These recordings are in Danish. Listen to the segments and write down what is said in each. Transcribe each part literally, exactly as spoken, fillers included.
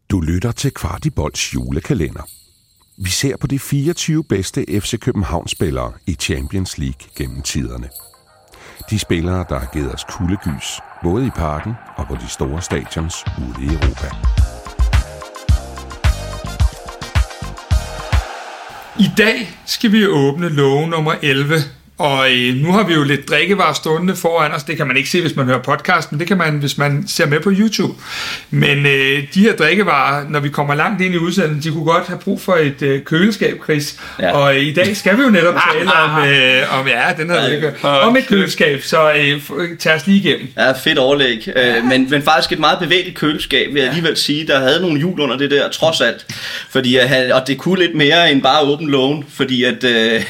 Du lytter til Kvartibolds julekalender. Vi ser på de fireogtyve bedste F C København-spillere i Champions League gennem tiderne. De spillere, der har givet os kuldegys, både i parken og på de store stadions ude i Europa. I dag skal vi åbne låge nummer elleve, og øh, nu har vi jo lidt drikkevarer stående foran os. Det kan man ikke se, hvis man hører podcast, men det kan man, hvis man ser med på YouTube. Men øh, de her drikkevarer, når vi kommer langt ind i udsendelsen, de kunne godt have brug for et øh, køleskab, Chris. Ja. Og øh, i dag skal vi jo netop tale om, øh, om, ja, den her ja, om et køleskab, så øh, tag os lige igennem. Ja, fedt overlæg. Øh, men, men faktisk et meget bevægeligt køleskab, vil jeg alligevel sige. Der havde nogle hjul under det der, trods alt. Fordi, at, og det kunne lidt mere end bare åbne lågen, fordi at, øh,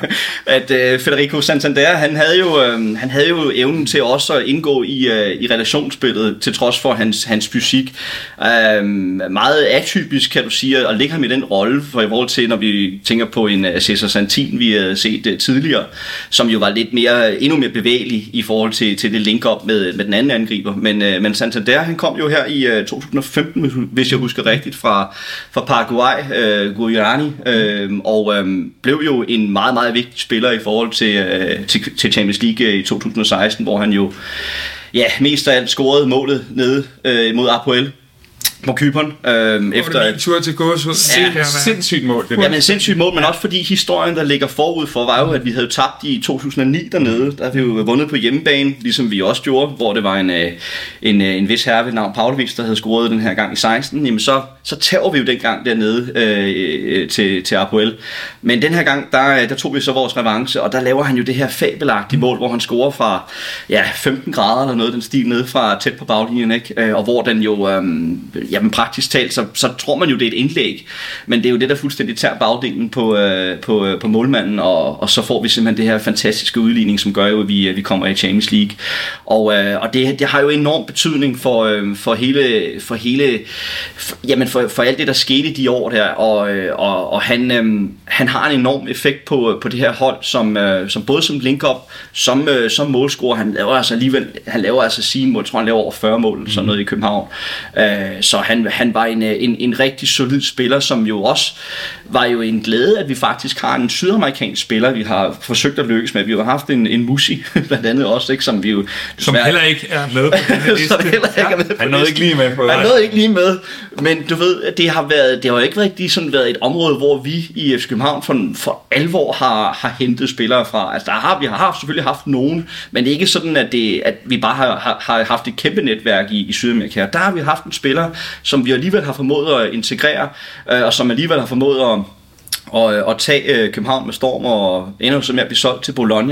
at øh, Federico Santander, han havde jo, øh, han havde jo evnen til også at indgå i, øh, i relationsspillet, til trods for hans, hans fysik. Øh, meget atypisk, kan du sige, at lægge ham i den rolle, for i forhold til, når vi tænker på en uh, Cesar Santin, vi havde set uh, tidligere, som jo var lidt mere, endnu mere bevægelig i forhold til, til det link-up med, med den anden angriber. Men, uh, men Santander, han kom jo her i uh, to tusind og femten, hvis jeg husker rigtigt, fra, fra Paraguay, uh, Guarani, uh, og um, blev jo en meget, meget vigtig spiller i forhold til Til, til Champions League i to tusind og seksten, hvor han jo ja, mest af alt scorede målet nede øh, mod Apoel på Cypern, øh, efter at tur til gåsehud. Ja, sindssygt mål. Det ja, men sindssygt mål, men også fordi historien, der ligger forud for, var jo, at vi havde tabt i to tusind og ni dernede. Der havde vi jo vundet på hjemmebane, ligesom vi også gjorde, hvor det var en, en, en vis herre ved navn Pavlovic, der havde scoret den her gang i seksten. Jamen så, så tager vi jo dengang dernede øh, til, til Apoel. Men den her gang, der, der tog vi så vores revanche, og der laver han jo det her fabelagtige mål, hvor han scorer fra ja, femten grader eller noget, den stil nede fra tæt på baglinjen, ikke? Og hvor den jo øh, jamen praktisk talt, så, så tror man jo, det er et indlæg, men det er jo det, der fuldstændig tager bagdelen på, øh, på, øh, på målmanden, og, og så får vi simpelthen det her fantastiske udligning, som gør jo, at vi, vi kommer i Champions League. Og, øh, og det, det har jo enorm betydning for, øh, for hele, for hele for, jamen for, for alt det, der skete i de år der, og, øh, og, og han, øh, han har en enorm effekt på, på det her hold, som, øh, som både som link-up, som, øh, som målscorer. Han laver altså alligevel, han laver altså sine mål, jeg tror han laver over fyrre mål, sådan noget i København. Øh, så han, han var en, en, en rigtig solid spiller, som jo også var jo en glæde, at vi faktisk har en sydamerikansk spiller, vi har forsøgt at lykkes med. Vi har haft en, en Musi, blandt andet også, ikke, som vi jo... Som desværre, heller ikke er med på den liste. Som heller ikke er med på Han nåede ikke lige med på det. Han nåede ikke lige med, men du ved, det har været, det har jo ikke rigtig sådan været et område, hvor vi i F C København for, for alvor har, har hentet spillere fra. Altså, der har, vi har haft, selvfølgelig haft nogen, men det er ikke sådan, at, det, at vi bare har, har, har haft et kæmpe netværk i, i Sydamerika. Der har vi haft en spiller, som vi alligevel har formået at integrere, øh, og som alligevel har formået at og, og tage øh, København med storm, og ender jo så med at blive solgt til Bologna.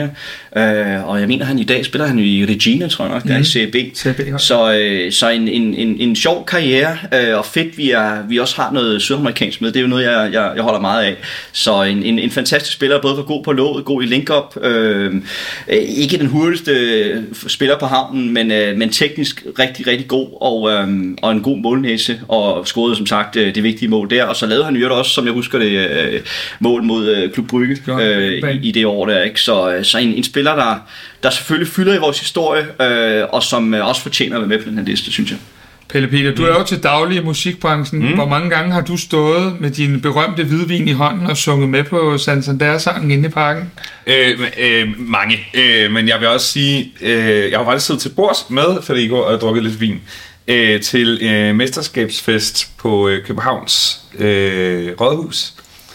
Øh, og jeg mener, han i dag spiller han i Regina, tror jeg nok, mm. der i C B. C B så øh, så en, en, en, en sjov karriere, øh, og fedt, vi, er, vi også har noget sydamerikansk med. Det er jo noget, jeg, jeg, jeg holder meget af. Så en, en, en fantastisk spiller, både var god på låget, god i link-up. Øh, ikke den hurtigste spiller på havnen, men, øh, men teknisk rigtig, rigtig god, og, øh, og en god målnæse, og scorede som sagt det vigtige mål der. Og så lavede han jo også, som jeg husker det, øh, mål mod øh, Klub Brygge øh, i, i det år der, ikke? Så, så en, en spiller, der, der selvfølgelig fylder i vores historie, øh, og som øh, også fortjener at være med på den her liste, synes jeg. Pelle Peter, du mm. er jo til daglig i musikbranchen. Mm. Hvor mange gange har du stået med din berømte hvidvin i hånden og sunget med på Santander-sangen inde i parken? Øh, øh, mange. Øh, men jeg vil også sige, øh, jeg har faktisk siddet til bords med Federico og drukket lidt vin øh, til øh, mesterskabsfest på øh, Københavns øh, Rådhus.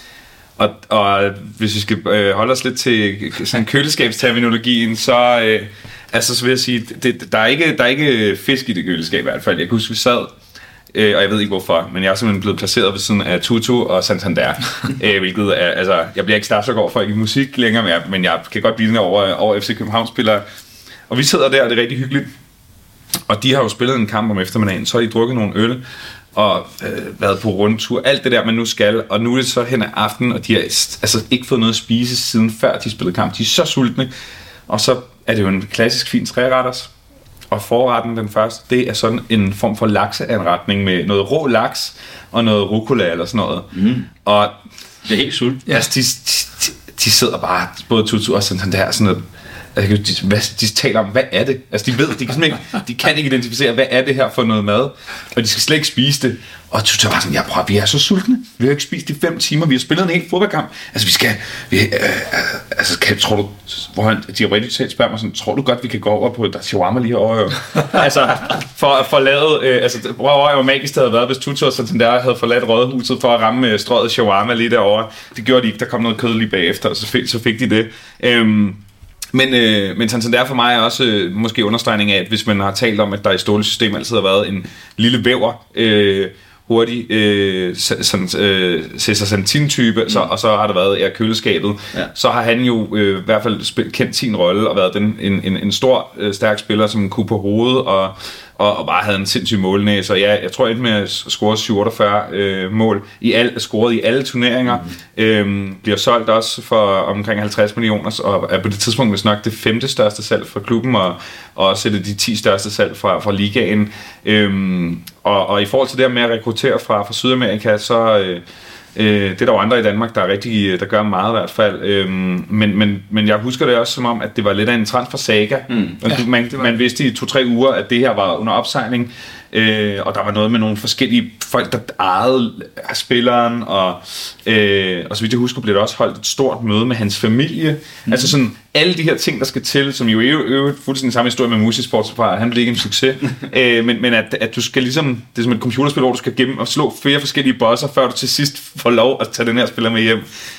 Og, og hvis vi skal øh, holde os lidt til sådan køleskabsterminologien, så, øh, altså, så vil jeg sige, det, der, er ikke, der er ikke fisk i det køleskab i hvert fald. Jeg kan huske, vi sad, øh, og jeg ved ikke hvorfor, men jeg er simpelthen blevet placeret ved siden af Tutu og Santander. øh, hvilket er, altså, jeg bliver ikke Starsøgaard for ikke musik længere, men jeg, men jeg kan godt blive over, over F C København-spillere. Og vi sidder der, og det er rigtig hyggeligt. Og de har jo spillet en kamp om eftermiddagen, så har de drukket nogle øl, og øh, været på rundtur, alt det der, man nu skal, og nu er det så hen ad aftenen, og de har altså ikke fået noget at spise siden før de spillede kamp. De er så sultne, og så er det jo en klassisk fin treretters, og forretten, den første, det er sådan en form for lakseanretning med noget rå laks og noget rucola eller sådan noget. Mm. Og det er helt sult. Ja. Altså, de, de, de sidder bare, både Tutu og sådan der, sådan noget, altså, de, hvad, de taler om, hvad er det? Altså de ved, de kan, ikke, de kan ikke identificere, hvad er det her for noget mad, og de skal slet ikke spise det. Og du tager bare sådan, ja prøv, vi er så sultne, vi har ikke spist i fem timer, vi har spillet en hel fodboldkamp, altså vi skal, vi, øh, altså kan, tror du, hvor han, de har rigtig talt spørger mig sådan, tror du godt, vi kan gå over på, der er shawarma lige herovre, altså for, for lavet, øh, altså hvor over var magisk, det havde været, hvis Tutu og sådan der havde forladt rådhuset for at ramme strøget shawarma lige derovre. Det gjorde de ikke, der kom noget kød lige bagefter, og så fik, så fik de det. Øhm, men, øh, men Santander for mig er også øh, måske understregning af, at hvis man har talt om, at der i Ståle-system altid har været en lille væver, øh, hurtig øh, sådan, øh, Cesar Santin-type, mm. så, og så har der været ja, køleskabet, ja. Så har han jo øh, i hvert fald spil, kendt sin rolle og været den, en, en, en stor, øh, stærk spiller, som kunne på hovedet og, og, og bare havde en sindssyg målnæse. Så ja, jeg tror ikke med at score syv otteogfyrre øh, mål, i al, scoret i alle turneringer, mm. øh, bliver solgt også for omkring halvtreds millioner, og er på det tidspunkt vist nok det femte største salg fra klubben, og, og også et af de ti største salg fra, fra ligaen. Øh, og, og i forhold til det her med at rekruttere fra, fra Sydamerika, så øh, øh, det er der jo andre i Danmark, der er rigtig, der gør meget i hvert fald. Øh, men, men, men jeg husker det også som om, at det var lidt af en transfer-saga. Mm. Ja, man, man vidste i to-tre uger, at det her var under opsejling. Øh, og der var noget med nogle forskellige folk, der ejede spilleren, og, øh, og så vidt jeg husker, blev der også holdt et stort møde med hans familie. Mm. Altså sådan alle de her ting, der skal til, som jo er jo fuldstændig samme historie med Musisport, så han blev ikke en succes. øh, men men at, at du skal ligesom, det er som et computerspil, hvor du skal gennem og slå flere forskellige bosser, før du til sidst får lov at tage den her spiller med hjem.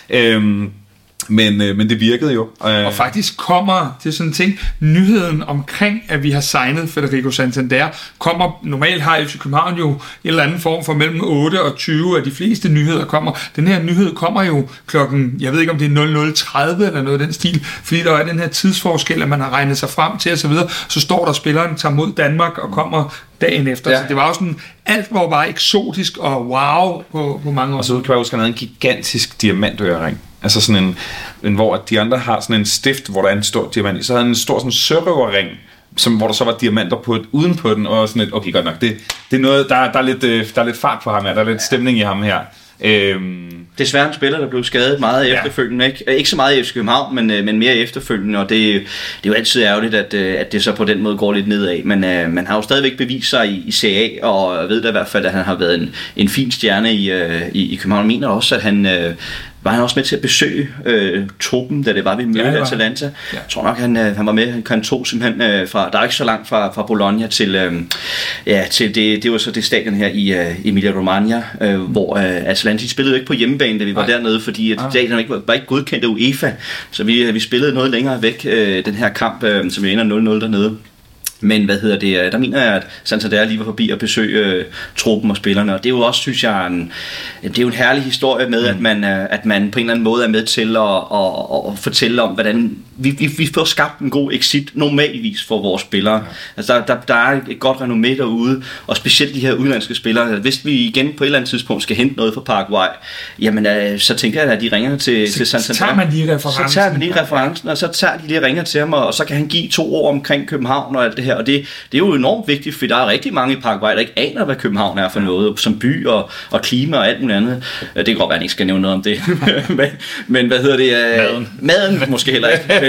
Øh, Men, øh, men det virkede jo. Øh. Og faktisk kommer til sådan en ting, nyheden omkring, at vi har signet Federico Santander, kommer, normalt har F C København jo en eller anden form for mellem otte og tyve, og de fleste nyheder kommer. Den her nyhed kommer jo klokken, jeg ved ikke om det er nul nul tredive eller noget af den stil, fordi der er den her tidsforskel, at man har regnet sig frem til osv., så, så står der, spilleren tager mod Danmark og kommer dagen efter. Ja. Så det var jo sådan, alt var bare eksotisk og wow på, på mange år. Og så kan jeg huske, at han havde en gigantisk diamantørering. Altså sådan en, en, hvor de andre har sådan en stift, hvor der er en stor diamant i. Så havde han en stor sådan sørøverring, som, hvor der så var diamanter på et, uden på den, og sådan et, okay, godt nok, det, det er noget, der, der, er lidt, der er lidt fart på ham her, der er lidt stemning i ham her. Øhm. Desværre en spiller, der blev skadet meget ja. efterfølgende, ikke? Ikke så meget i F C København, men, men mere efterfølgende, og det, det er jo altid ærgerligt, at, at det så på den måde går lidt nedad, men uh, man har jo stadigvæk bevist sig i, i C A, og ved da i hvert fald, at han har været en, en fin stjerne i, uh, i, i København. Jeg mener også, at han uh, var han også med til at besøge øh, truppen, da det var, vi mødte ja, Atalanta. Ja. Jeg tror nok, han, øh, han var med. Han tog simpelthen øh, fra, der er ikke så langt fra, fra Bologna til, øh, ja, til det, det var så det stadion her i øh, Emilia-Romagna, øh, hvor øh, Atalanta spillede ikke på hjemmebane, da vi var Nej. dernede, fordi at stadion ikke var, var ikke godkendt af UEFA. Så vi, vi spillede noget længere væk, øh, den her kamp, øh, som vi ender nul nul dernede. Men hvad hedder det, der mener jeg, at Santander lige var forbi at besøge øh, truppen og spillerne, og det er jo også, synes jeg, en, det er jo en herlig historie med, mm. at, man, at man på en eller anden måde er med til at, at, at fortælle om, hvordan vi, vi, vi får skabt en god exit normalvis for vores spillere. Ja. Altså der, der, der er et godt renommé derude, og specielt de her udenlandske spillere. Hvis vi igen på et eller andet tidspunkt skal hente noget fra Paraguay, jamen øh, så tænker jeg, at de ringer til, så, til Santander. Så tager man lige referencen. Så tager man lige referencen, og så tager de lige ringer til ham, og så kan han give to ord omkring København og alt det her. Og det, det er jo enormt vigtigt, for der er rigtig mange i Paraguay, der ikke aner, hvad København er for noget, som by og, og klima og alt muligt andet. Det kan godt være, at jeg ikke skal nævne noget om det. men, men hvad hedder det? Maden. Maden måske heller ikke. Men,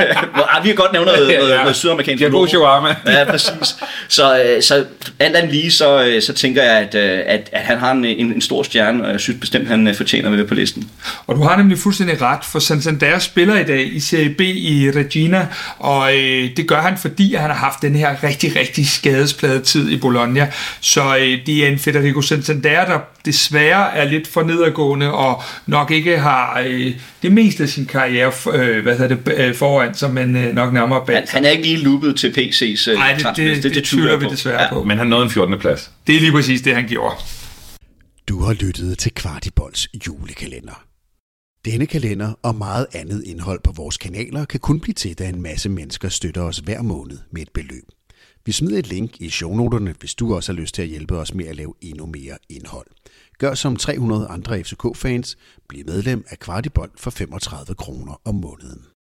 vi kan godt nævne noget, noget, ja, ja. noget sydamerikansk. Ja, god shawarma. Ja, præcis. Så, så alt andet lige, så, så tænker jeg, at, at, at han har en, en, en stor stjerne, og jeg synes bestemt, at han fortjener at være på listen. Og du har nemlig fuldstændig ret, for Santander spiller i dag i Serie B i Regina, og øh, det gør han, fordi han har haft den her rigtig, rigtig skadespladet tid i Bologna. Så øh, det er en Federico Santander, der desværre er lidt for nedadgående, og nok ikke har øh, det meste af sin karriere øh, hvad hedder det, øh, foran, som man øh, nok nærmere bag. Han, han er ikke lige loopet til P C's øh, Nej, det, det, det, det, det tvivler vi desværre ja. på. Men han nåede en fjortende plads. Det er lige præcis det, han gjorde. Du har lyttet til Kvartibolds julekalender. Denne kalender og meget andet indhold på vores kanaler kan kun blive til, da en masse mennesker støtter os hver måned med et beløb. Vi smider et link i shownoterne, hvis du også har lyst til at hjælpe os med at lave endnu mere indhold. Gør som tre hundrede andre F C K-fans. Bliv medlem af Kvartibold for femogtredive kroner om måneden.